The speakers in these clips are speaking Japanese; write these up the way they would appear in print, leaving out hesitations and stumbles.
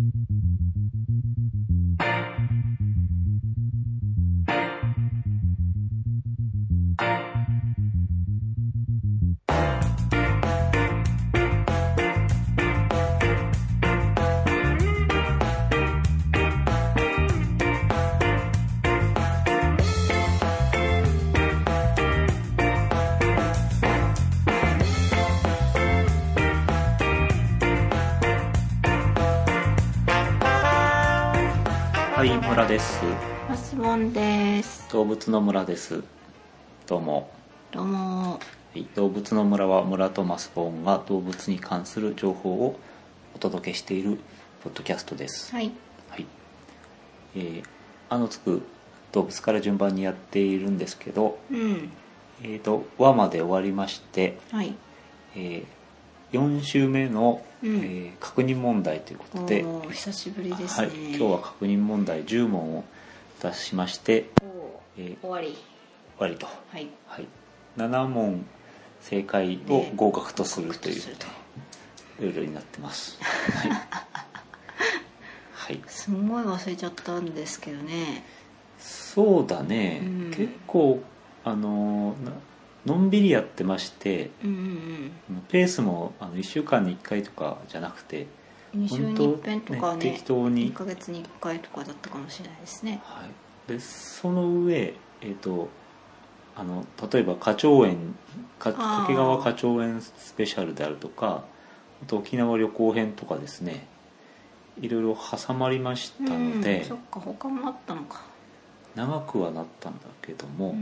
はい、村です。 マスボンです。 動物の村です。どうも。 どうも。 はい、動物の村は村とマスボンが動物に関する情報をお届けしているポッドキャストです。 はい。 はい。つく動物から順番にやっているんですけど、 うん。 話まで終わりまして、 はい。 4週目の、 うん。 確認問題ということで、 おー、久しぶりですはい、 ね。 今日は確認問題10問を出しまして、 終わり。 終わりと、 はい。 はい、7問正解を合格とするというルールになってます。はい、はい、 すんごい忘れちゃったんですけどね。 そうだね、 うん、 結構のんびりやってまして、ペースも1週間に1回とかじゃなくて 2週に1遍とかね、 適当に 1ヶ月に1回とかだったかもしれないですね。 はい、でその上、例えば花鳥園掛川花鳥園スペシャルであるとか、あと沖縄旅行編とかですね、いろいろ挟まりましたので、 そっか、他もあったのか。 長くはなったんだけども、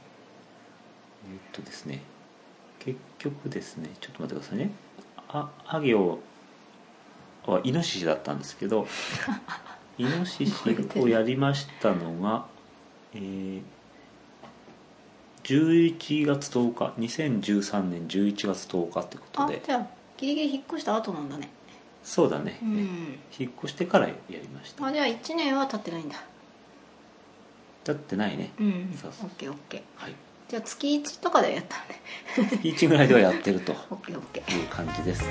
ですね、結局ですね、ちょっと待ってくださいね。あ行はイノシシだったんですけどイノシシをやりましたのが、11月10日2013年11月10日ってことで、 じゃあギリギリ引っ越した後なんだね。 そうだね、引っ越してからやりました。 じゃあ1年は経ってないんだ。 経ってないね。 そうそう。オッケーオッケー。 はい、 じゃあ月1とかでやったんで月1ぐらいではやってるというオッケーオッケ感じですね。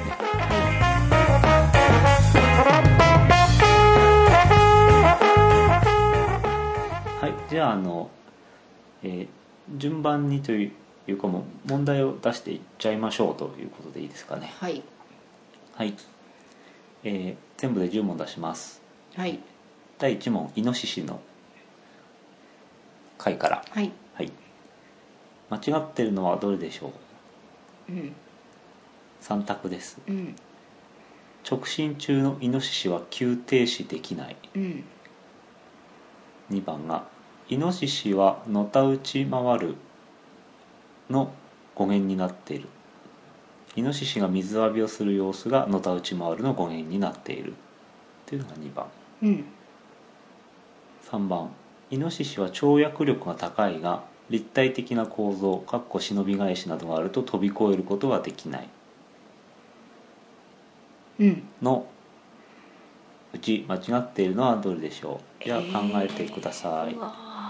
はい、じゃあ順番にというか、もう問題を出していっちゃいましょうということでいいですかね。 はい。 はい、全部で10問出します。 はい。 第1問、イノシシの回から。 はい。 はい、間違ってるのはどれでしょう。3択です。直進中のイノシシは急停止できない。2番がイノシシはのたうち回るの語源になっている。イノシシが水浴びをする様子がのたうち回るの語源になっているというのが2番。3番、イノシシは跳躍力が高いが立体的な構造忍び返しなどがあると飛び越えることができないのうち間違っているのはどれでしょう。じゃあ考えてください。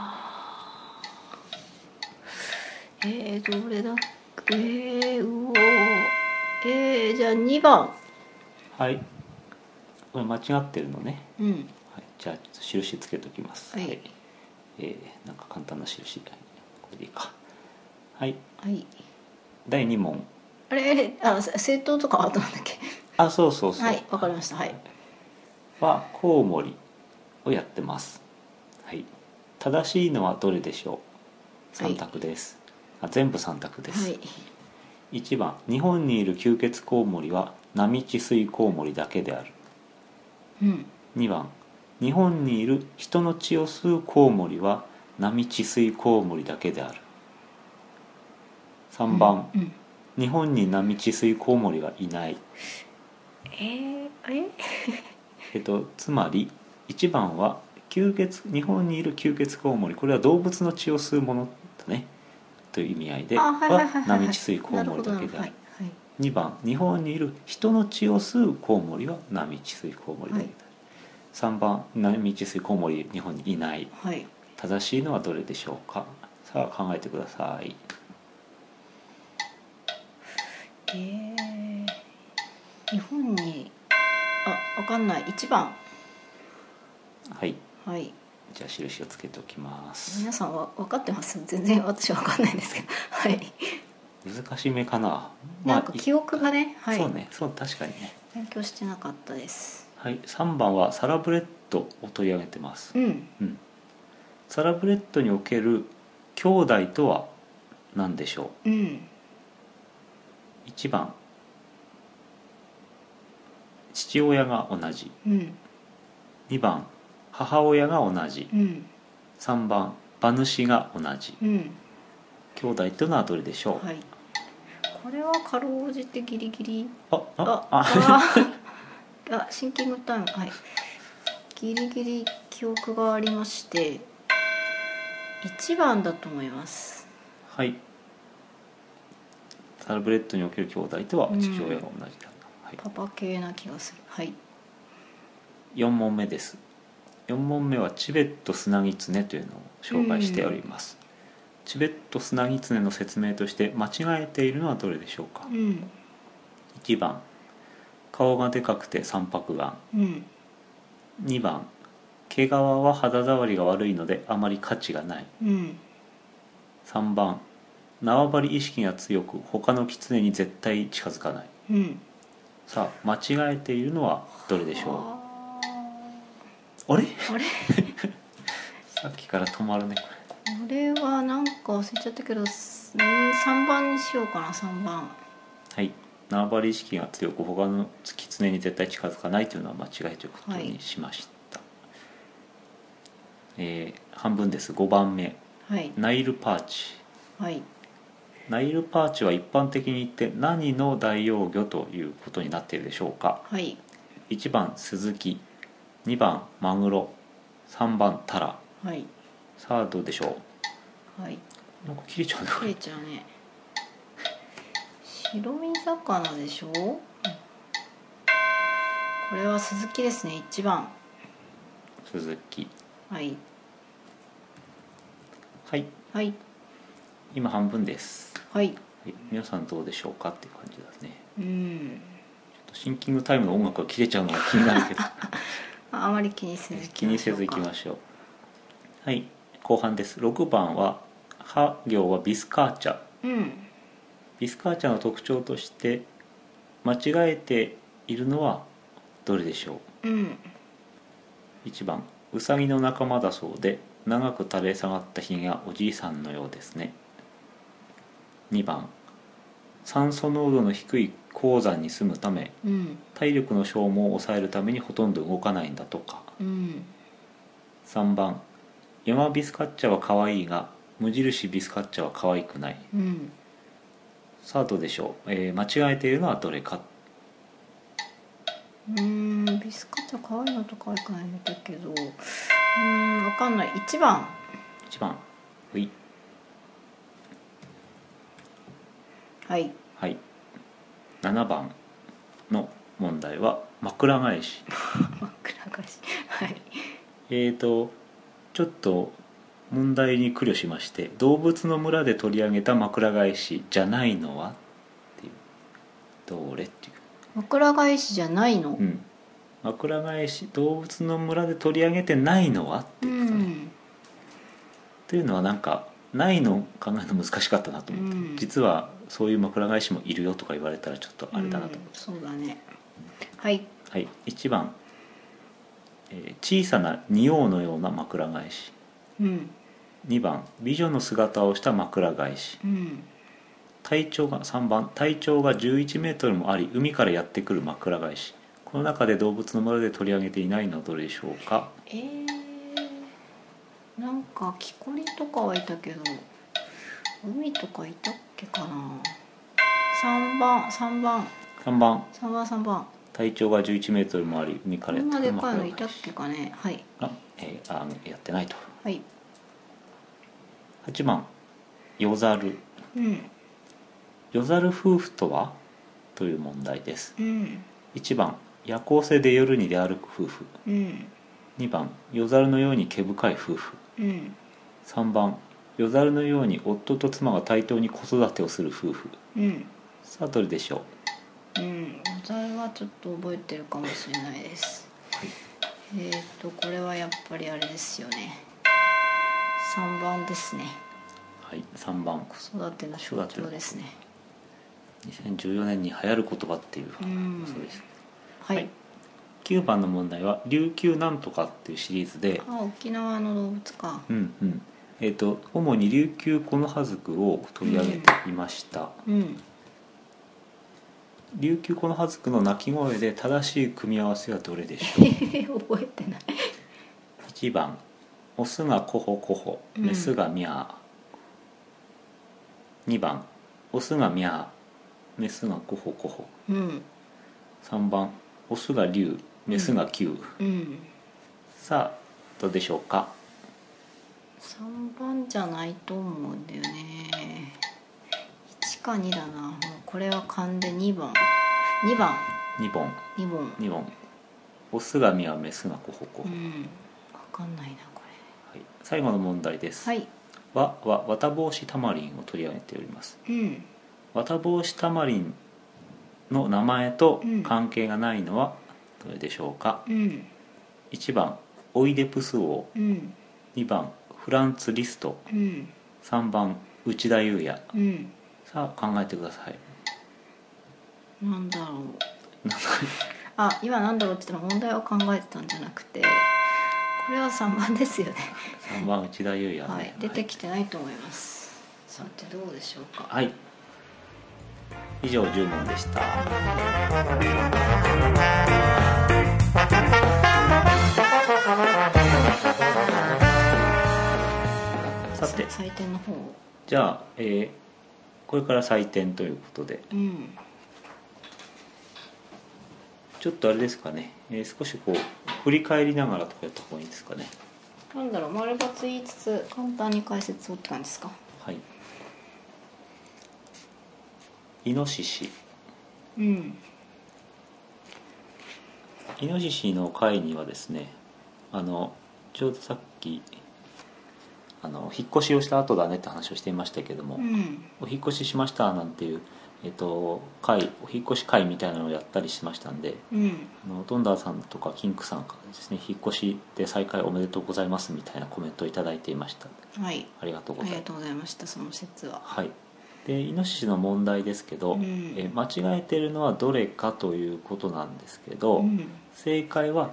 どれだっけ。じゃあ2番。 はい、これ間違ってるのね。はい、じゃあちょっと印つけておきます。 はい、 なんか簡単な印、これでいいか。はい、 はい、 第2問。 あれ、政党とかあったんだっけ。 そうそうそう、 はい、わかりました。はい、 はコウモリをやってます。はい、正しいのはどれでしょう。3択です。全部3択です。はい、1番、日本にいる吸血コウモリは波治水コウモリだけである。2番、日本にいる人の血を吸うコウモリは波治水コウモリだけである。3番、日本に波治水コウモリはいない。つまり1番は日本にいる吸血コウモリ、これは動物の血を吸うものだねという意味合いでは波治水コウモリだけである。2番、日本にいる人の血を吸うコウモリは波治水コウモリだけである。3番、波治水コウモリ日本にいない。正しいのはどれでしょうか。さあ考えてください。 日本にわかんない。1番。 はい、 はい。 じゃあ印をつけておきます。 皆さんは分かってます？全然私は分かんないんですけどはい。 難しめかな。 なんか記憶がね、はい、 そうね、そう、確かにね。 勉強してなかったです。 はい、3番はサラブレッドを取り上げてます。 うん、 サラブレッドにおける兄弟とは何でしょう。うん。 1番父親が同じ、 うん。 2番母親が同じ、 うん。 3番馬主が同じ。 うん。 兄弟というのはどれでしょう。 はい。これはかろうじてギリギリ。シンキングタイム。はい。ギリギリ記憶がありまして、1番だと思います。 はい。サラブレッドにおける兄弟とは父親が同じだ、はい、 パパ系な気がする。はい。 4問目です。4問目はチベットスナギツネというのを紹介しております。チベットスナギツネの説明として間違えているのはどれでしょうか。1番顔がでかくて三白眼、2番毛皮は肌触りが悪いのであまり価値がない、3番縄張り意識が強く他の狐に絶対近づかない、さあ間違えているのはどれでしょう。あれさっきから止まるね。 これはなんか忘れちゃったけど、3番にしようかな。3番。 はい。縄張り意識が強く他の狐に絶対近づかないというのは間違いということにしました。半分です。5番目、 はい、 ナイルパーチ、 はい、 ナイルパーチは一般的に言って何の代用魚ということになっているでしょうか。 はい、 1番スズキ、2番マグロ、3番タラ、 はい、 さあどうでしょう。はい、 なんか切れちゃうね。 切れちゃうね。白身魚でしょ。これはスズキですね。1番スズキ。 はいはい、 はい、 今半分です。 はい、 はい、皆さんどうでしょうかっていう感じですね。 ちょっとシンキングタイムの音楽が切れちゃうのが気になるけどあまり気にせずいきましょう。はい、後半です。6番は葉行はビスカーチャ、ビスカーチャの特徴として間違えているのはどれでしょう。1番ウサギの仲間だそうで長く垂れ下がったひげがおじいさんのようですね。2番酸素濃度の低い鉱山に住むため、体力の消耗を抑えるためにほとんど動かないんだとか、3番山ビスカッチャは可愛いが無印ビスカッチャは可愛くない、さあどうでしょう、間違えているのはどれか。 ビスカッチャ可愛いのと可愛くないのだけど、分かんない。1番。 1番はい、 はいはい、7番の問題は枕返し枕返しはいちょっと問題に苦慮しまして、動物の村で取り上げた枕返しじゃないのはっていう、どれっていう。 枕返しじゃないの、 枕返し動物の村で取り上げてないのはっていうかね、っていうのはなんかないの考えるの難しかったなと思って、実はそういう枕返しもいるよとか言われたらちょっとあれだなと思って、 そうだね。はい、 はい、1番、小さな仁王のような枕返し、2番美女の姿をした枕返し、3番体長が11メートルもあり海からやってくる枕返し。この中で動物の村で取り上げていないのはどれでしょうか。 なんか木こりとかはいたけど海とかいたっけかな。3番体長が11メートルもあり海からやってくる枕返し。 こんなでかいのいたっけかね。はい、 やってないと。 はい、 8番夜猿、夜猿夫婦とはという問題です。1番夜行性で夜に出歩く夫婦、2番夜猿のように毛深い夫婦、3番夜猿のように夫と妻が対等に子育てをする夫婦、さあどれでしょそれはちょっと覚えてるかもしれないです、 はい、 これはやっぱりあれですよね、3番ですね。 はい、3番子育ての象徴ですね。 2014年に流行る言葉っていうそうです、 はい、 9番の問題は琉球なんとかっていうシリーズで、 沖縄の動物か。 主に琉球コノハズクを取り上げていました、琉球コノハズクの鳴き声で正しい組み合わせはどれでしょう覚えてない。 1番オスがコホコホメスがミャー、2番オスがミャーメスがコホコホ、3番オスがリュウメスがキュウ、さあどうでしょうか。 3番じゃないと思うんだよね。1か2だな。もうこれは勘で2番2番オスがミャーメスがコホコホ、 分かんないなこれ、はい、最後の問題です、ワタボウシタマリンを取り上げております、ワタボウシタマリンの名前と関係がないのはどれでしょうか、1番オイデプス王、2番フランツ・リスト、3番内田裕也、さあ考えてください。 なんだろう今なんだろうって言ったら問題を考えてたんじゃなくて、これは3番ですよね。 3番内田裕也、 はい、出てきてないと思います。さてどうでしょうか。 はい、以上10問でした。さて採点の方じゃあ、これから採点ということで、ちょっとあれですかね、少しこう振り返りながらとかやった方がいいですかね。 なんだろう、丸×言いつつ簡単に解説をって感じですか。 はい。イノシシ、イノシシの回にはですね、ちょうどさっき引っ越しをした後だねって話をしていましたけども、お引っ越ししましたなんていう、会お引っ越し会みたいなのをやったりしましたんで、ドンダーさんとかキンクさんからですね、引っ越しで再開おめでとうございますみたいなコメントをいただいていました。 はい、 ありがとうございました。 その説は。 はい。でイノシシの問題ですけど、間違えてるのはどれかということなんですけど、正解は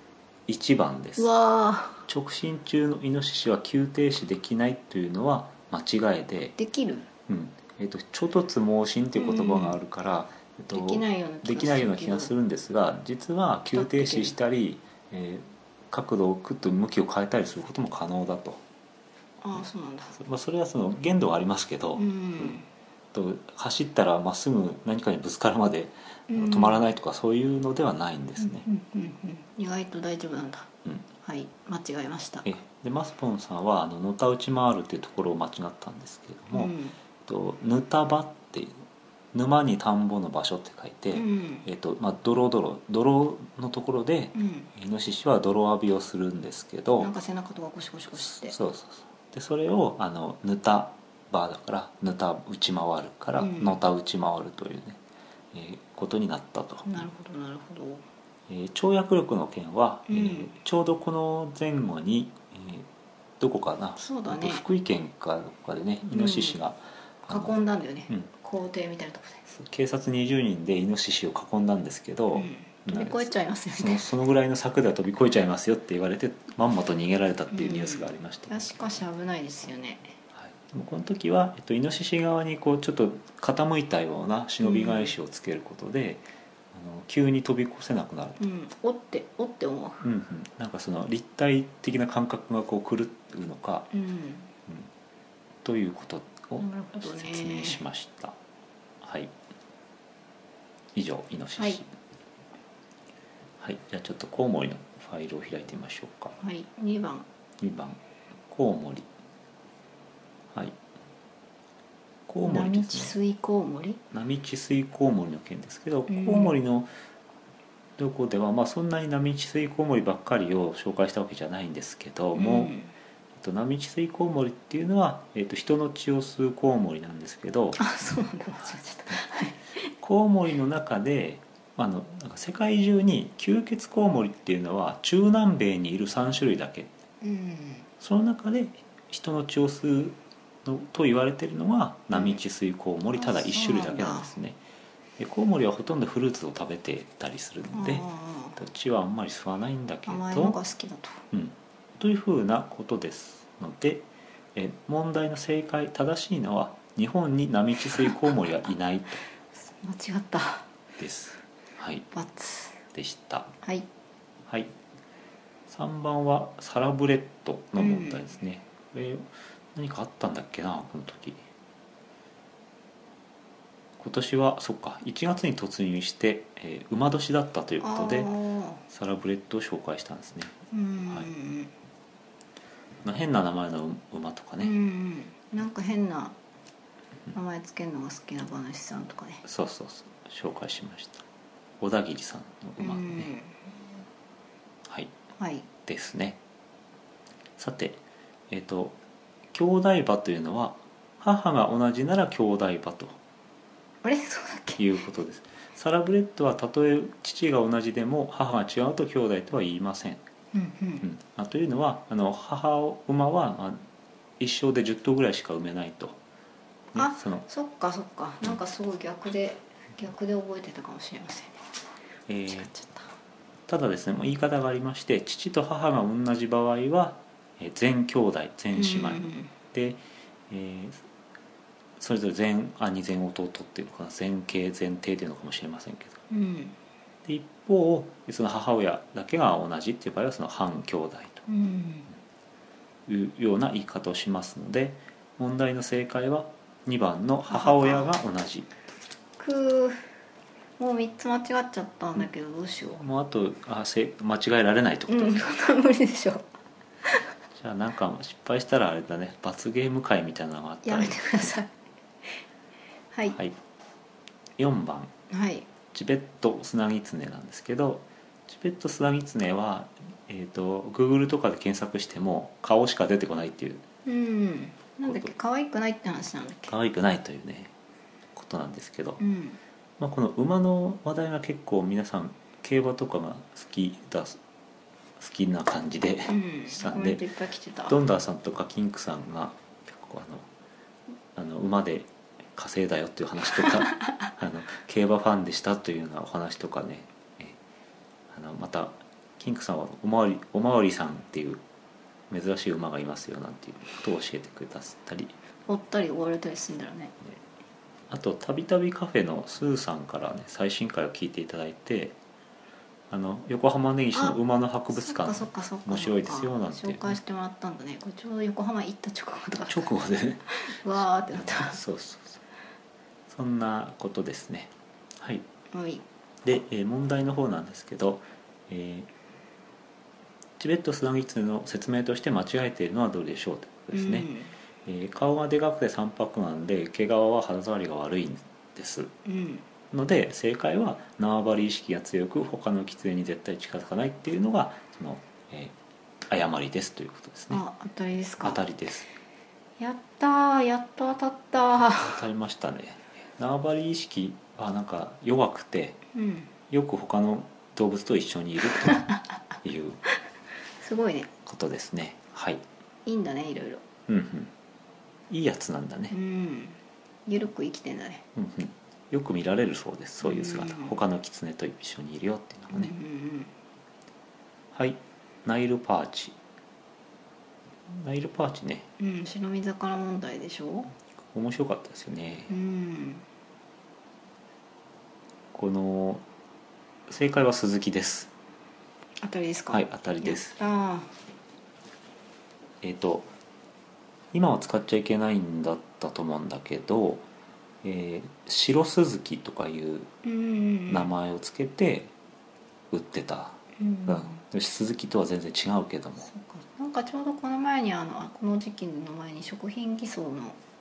1番です。直進中のイノシシは急停止できないというのは間違いで、 できる、 衝突猛進という言葉があるから、 できないような気がするんですが、実は急停止したり、角度をクッと向きを変えたりすることも可能だと。 そうなんだ。 それはその限度はありますけど、走ったらまっすぐ何かにぶつかるまで止まらないとか、そういうのではないんですね。 意外と大丈夫なんだ。はい、間違えました。 でマスポンさんはのたうち回るっていうところを間違ったんですけれども、ぬた場っていう沼に田んぼの場所って書いて、泥のところで、イノシシは泥浴びをするんですけど、 なんか背中とかゴシゴシゴシって、 でそれをぬた場だからぬた打ち回るから、のた打ち回るというね、ことになったと。 なるほどなるほど。 跳躍力の件は、ちょうどこの前後に、どこかな、 そうだね、 福井県かどこかでね、イノシシが囲んだんだよね、校庭みたいなところで警察20人でイノシシを囲んだんですけど、 飛び越えちゃいますよね。 そのぐらいの柵では飛び越えちゃいますよって言われて、まんまと逃げられたっていうニュースがありました、 しかし危ないですよね。 でもこの時は、イノシシ側にこうちょっと傾いたような忍び返しをつけることで、急に飛び越せなくなると、 おって思う、 なんかその立体的な感覚がこう狂うのか、ということを説明しました。はい、以上イノシシ。はい、じゃあちょっとコウモリのファイルを開いてみましょうか。 はい、2番コウモリ。はい、コウモリですね。 波治水コウモリ。 波治水コウモリの件ですけど、コウモリのどこでは、そんなに波治水コウモリばっかりを紹介したわけじゃないんですけども、波治水コウモリっていうのは、人の血を吸うコウモリなんですけど、 そうなんだ、間違えちゃった。 コウモリの中でなんか世界中に吸血コウモリっていうのは中南米にいる3種類だけ、その中で人の血を吸うのと言われているのがナミチスイコウモリ、ただ1種類だけなんですね。でコウモリはほとんどフルーツを食べてたりするので血はあんまり吸わないんだけど、 甘いのが好きだと、 というふうなことですので、問題の正解正しいのは日本にナミチスイコウモリはいないと間違ったです。はい、 × でした。 はい、 はい、3番はサラブレッドの問題ですね。これ何かあったんだっけな、この時。今年はそっか1月に突入して、馬年だったということでサラブレッドを紹介したんですね。はい、変な名前の馬とかね、 なんか変な名前つけるのが好きな馬主さんとかね、 そう紹介しました。小田切さんの馬ね、はい、ですね。さて兄弟馬というのは母が同じなら兄弟馬とあれそうだっけいうことです。サラブレッドはたとえ父が同じでも母が違うと兄弟とは言いません。というのは母馬は一生で10頭ぐらいしか産めないと、 そっかなんかすごい逆で覚えてたかもしれませんね。違っちゃった。 ただですね言い方がありまして、父と母が同じ場合は全兄弟全姉妹で、それぞれ全兄全弟っていうのかな、全系全弟っていうのかもしれませんけど、で一方その母親だけが同じっていう場合はその半兄弟というような言い方をしますので、問題の正解は2番の母親が同じ。 もう3つ間違っちゃったんだけどどうしよう。 もうあと間違えられないってこと、 そんな無理でしょ。 じゃあなんか失敗したらあれだね、罰ゲーム会みたいなのがあったらやめてください。はい、 4番、 チベットスナギツネなんですけど、チベットスナギツネはGoogle とかで検索しても顔しか出てこないっていう、 なんだっけ、可愛くないって話なんだっけ。 可愛くないというねことなんですけど、この馬の話題が結構皆さん競馬とかが好きな感じでしたんで、ドンダーさんとかキンクさんが結構馬で稼いだよっていう話とか競馬ファンでしたというようなお話とかね、またキンクさんはおまわりさんっていう珍しい馬がいますよなんていうことを教えてくださったり、 追ったり追われたりするんだろうね。 あとたびたびカフェのスーさんからね最新回を聞いていただいて、横浜根岸の馬の博物館面白いですよなんて、 紹介してもらったんだね。これちょうど横浜行った直後とか直後でねわーってなった。 そうそんなことですね。はい、 はいで、問題の方なんですけど、チベットスナギツネの説明として間違えているのはどれでしょうということですね。顔がでかくて三白なんで毛皮は肌触りが悪いんです、ので正解は縄張り意識が強く他のキツネに絶対近づかないっていうのがその、誤りですということですね。 当たりですか。 当たりです。 やったー、やっと当たった。 当たりましたね。縄張り意識はなんか弱くて、よく他の動物と一緒にいるというすごいねことですね。はい、 いいんだね、いろいろ。 いいやつなんだね。 ゆるく生きてんだね。 よく見られるそうです、そういう姿。他のキツネと一緒にいるよっていうのがね。はい、ナイルパーチね、 白身魚問題でしょ。 面白かったですよね。この正解は鈴木です。 当たりですか。 はい、当たりです。今は使っちゃいけないんだったと思うんだけど、白鈴木とかいう名前をつけて売ってた、鈴木とは全然違うけども。 なんかちょうどこの前にこの時期の前に食品偽装の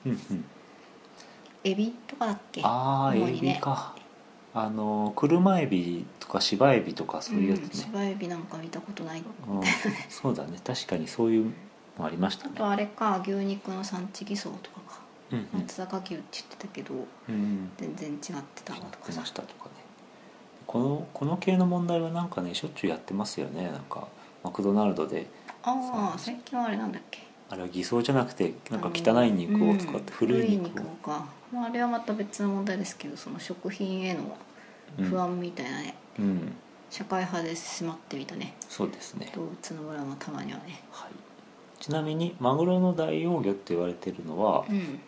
エビとかだっけ。 エビか。車エビとか芝エビとかそういうやつね。 芝エビなんか見たことない、 そうだね、確かにそういうのありましたね。 あとあれか、牛肉の産地偽装とかか。 松阪牛って言ってたけど、全然違ってたのとか違ってましたとかね。この系の問題はなんかねしょっちゅうやってますよね。なんかマクドナルドで最近はあれなんだっけ、 あれは偽装じゃなくてなんか汚い肉を使って古い肉を、 か、あれはまた別の問題ですけど、その食品への不安みたいなね、社会派で迫ってみたね。 そうですね。 動物の村もたまにはね、 はい、ちなみにマグロの大王魚って言われてるのは、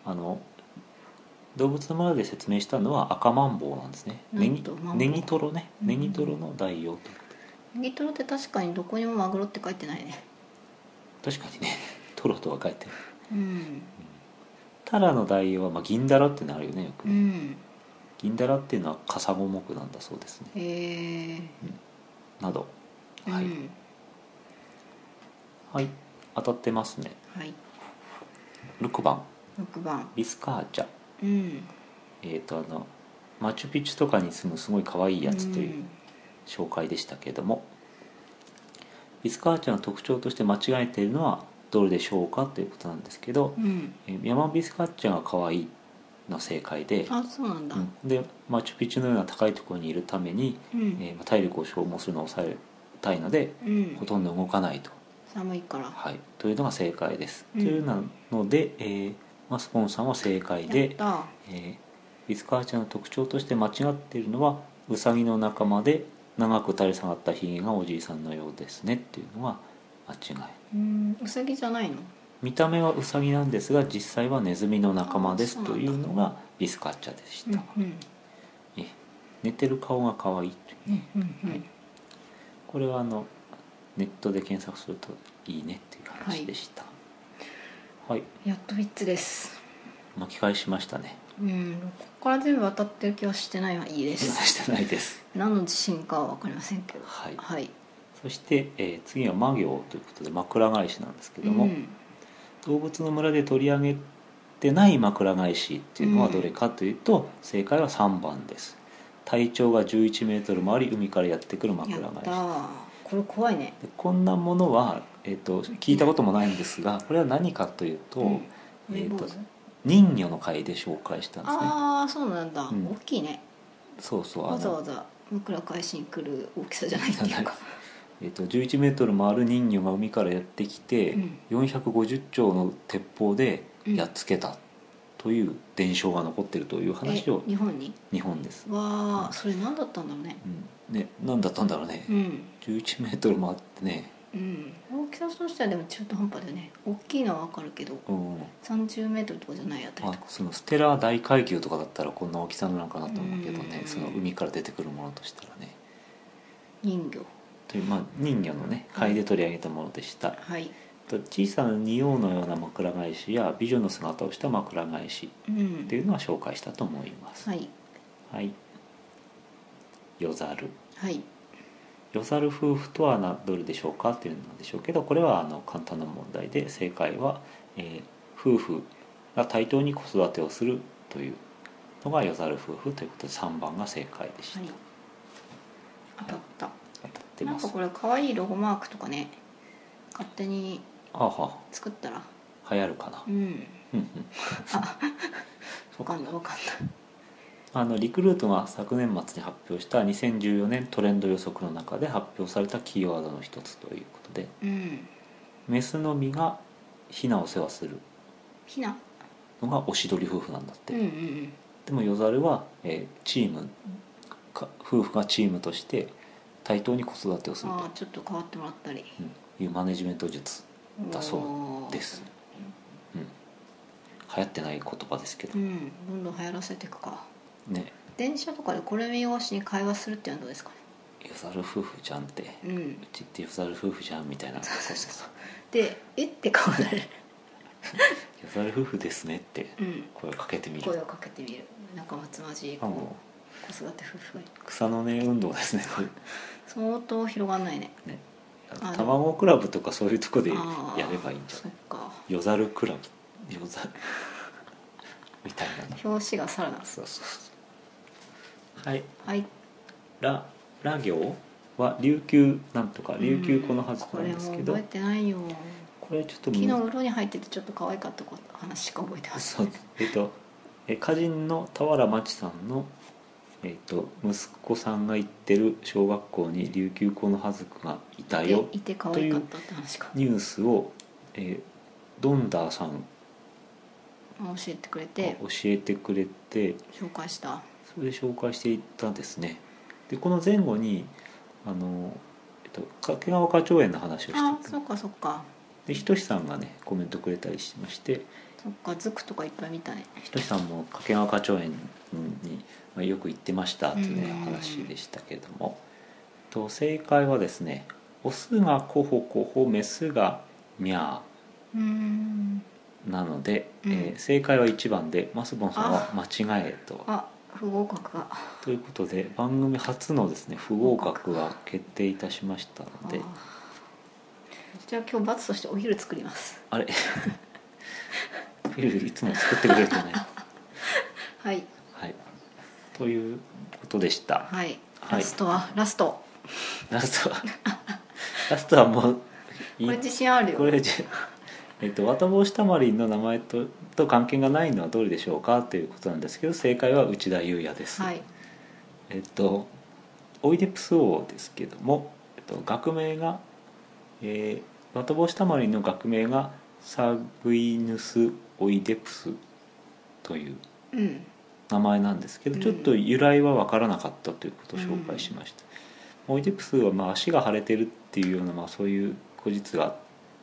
動物の村で説明したのは赤マンボウなんですね。ネギトロね、ネギトロの大王ということで。 ネギトロって確かにどこにもマグロって書いてないね。 確かにねトロとは書いてる。タラの大王は、銀だらってなるよねよくね。銀だらっていうのはカサゴ目なんだそうですね。など、はい当たってますね。6番ビスカーチャ、マチュピチュとかに住むすごい可愛いやつという紹介でしたけれども、ビスカーチャの特徴として間違えているのはどれでしょうかということなんですけど、山ビスカーチャが可愛いの正解で、 そうなんだ。 でマチュピチュのような高いところにいるために、体力を消耗するのを抑えたいので、ほとんど動かないと、 寒いから、 というのが正解です。というので、スポンさんは正解で、ビスカーチャの特徴として間違っているのはウサギの仲間で長く垂れ下がったひげがおじいさんのようですねっていうのが間違い。 ウサギじゃないの？ 見た目はウサギなんですが実際はネズミの仲間ですというのがビスカーチャでした。寝てる顔が可愛いという、これはネットで検索するといいねっていう話でした。 やっと3つです。 巻き返しましたね。 ここから全部当たってる気はしてないはいいです。 してないです。 何の自信かは分かりませんけど。 そして、次は魔行ということで枕返しなんですけども、動物の村で取り上げてない枕返しっていうのはどれかというと、正解は3番です。体長が11メートルもあり海からやってくる枕返し。 これ怖いね。 こんなものは、聞いたこともないんですが、これは何かというと、人魚の回で紹介したんですね。 そうなんだ、大きいね。わざわざ枕返しに来る大きさじゃないっていうか 11メートルもある人魚が海からやってきて、450丁の鉄砲でやっつけたという伝承が残っているという話を。 日本に？ 日本です。 それ何だったんだろうね。 何だったんだろうね。11メートルもあってね。 大きさとしてはでも中途半端だよね。大きいのは分かるけど、30メートルとかじゃないあたりとか、 そのステラ大階級とかだったらこんな大きさなのかなと思うけどね、その海から出てくるものとしたらね。 人魚という、人魚のね回で取り上げたものでした。小さな仁王のような枕返しや美女の姿をした枕返しっていうのは紹介したと思います。夜猿。夜猿夫婦とはどれでしょうかっていうのでしょうけど、これは簡単な問題で、正解は、夫婦が対等に子育てをするというのが夜猿夫婦ということで3番が正解でした。 当たってます。なんかこれ可愛いロゴマークとかね、勝手に作ったら流行るかな。 分かんないリクルートが昨年末に発表した2014年トレンド予測の中で発表されたキーワードの一つということで、メスの実がヒナを世話するのがおしどり夫婦なんだって。でも夜猿は、チーム夫婦がチームとして対等に子育てをすると、 ちょっと変わってもらったり、 いうマネジメント術だそうです。流行ってない言葉ですけど、 どんどん流行らせていくかね。電車とかでこれ見よがしに会話するっていうのはどうですかね。 夜猿夫婦じゃんって、うちって夜猿夫婦じゃんみたいなでって顔になる夜猿夫婦ですねって声をかけてみる、 仲睦まじい子育て夫婦がいる。 草の根運動ですね相当広がんないね。 卵クラブとかそういうとこでやればいいんじゃない。夜猿クラブ、夜猿みたいな表紙がサラダ。 ラ行は琉球なんとか、琉球語のはずなんですけど、 これも覚えてないよ。 これちょっと昨日風呂に入っててちょっと可愛かった話しか覚えてません。 歌人の俵万智さんの、息子さんが行ってる小学校に琉球コノハズクがいたよいて可愛かったって話か。 ニュースを、ドンダーさん教えてくれて紹介した。 それで紹介していったんですね。でこの前後に掛川花鳥園の話をしてあ、そっかそっか。 でひとしさんがねコメントくれたりしまして、 そっか、ズクとかいっぱい見たい。 ひとしさんも掛川花鳥園によく行ってましたという、ね、話でしたけれども、正解はですね、オスがコホコホ、メスがミャーなので、正解は1番で、マスボンさんは間違えと。 不合格がということで番組初のですね不合格が決定いたしましたので、 じゃあ今日罰としてお昼作ります。 あれお昼いつも作ってくれるじゃないはい、 はい、ということでした。 はい、ラストはラストはもうこれ自信あるよ。 これ綿帽子タマリンの名前と関係がないのはどれでしょうかということなんですけど、正解は内田裕也です。はい、オイデプス王ですけども、学名が、綿帽子タマリンの学名がサグイヌス・オイデプスという名前なんですけど、ちょっと由来は分からなかったということを紹介しました。オイデプスは足が腫れてるっていうような、そういう古実が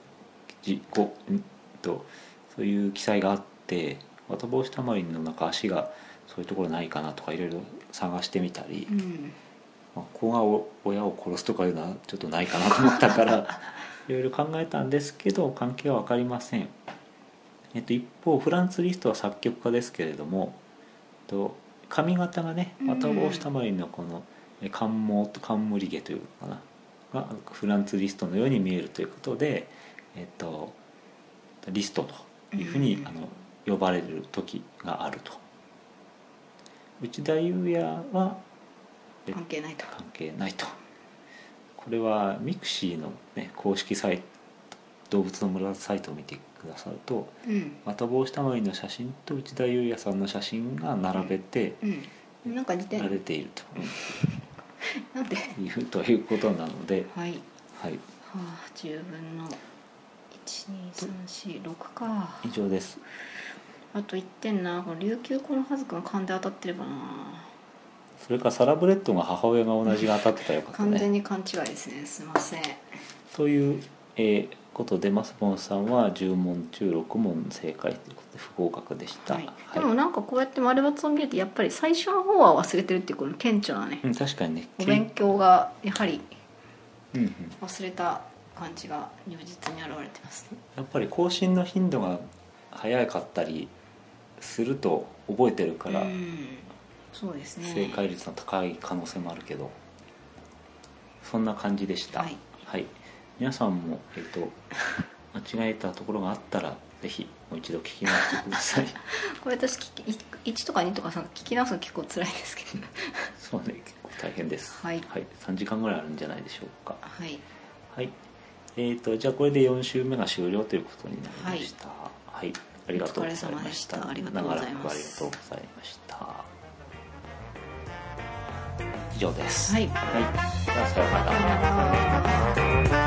そういう記載があって、綿帽子タマリンの足がそういうところないかなとかいろいろ探してみたり、子が親を殺すとかいうのはちょっとないかなと思ったからいろいろ考えたんですけど関係は分かりません。一方フランツ・リストは作曲家ですけれども、髪型がね綿帽子タマリンのこの冠毛というのかながフランツ・リストのように見えるということで、リストというふうに呼ばれる時があると。内田裕也は関係ないと。 これはミクシーの、ね、公式サイト動物の村サイトを見てくださると、綿帽子タマリンの写真と内田裕也さんの写真が並べてなんか似てられているとなんでということなので、 はい、10分の12346か。 以上です。 あと1点な、この琉球コノハズクが勘で当たってればな。 それからサラブレッドが母親が同じが当たってたらよかったね。 完全に勘違いですね、すいません。 という、ことでマスボンさんは10問中6問正解ということで不合格でした。 でもなんかこうやって丸×を見るとやっぱり最初の方は忘れてるっていうこの顕著なね、 確かにね、 お勉強がやはり忘れた感じが如実に現れてますね。 やっぱり更新の頻度が早かったりすると覚えてるから、 そうですね、 正解率の高い可能性もあるけど、そんな感じでした。皆さんも、間違えたところがあったらぜひもう一度聞き直してくださいこれ私1とか2とか3聞き直すの結構辛いですけどそうね、結構大変です。 はい、 3時間ぐらいあるんじゃないでしょうか。 はい、 じゃあこれで4週目が終了ということになりました。ありがとうございました。 ありがとうございます。 長らくありがとうございました。以上です。 ではさようなら。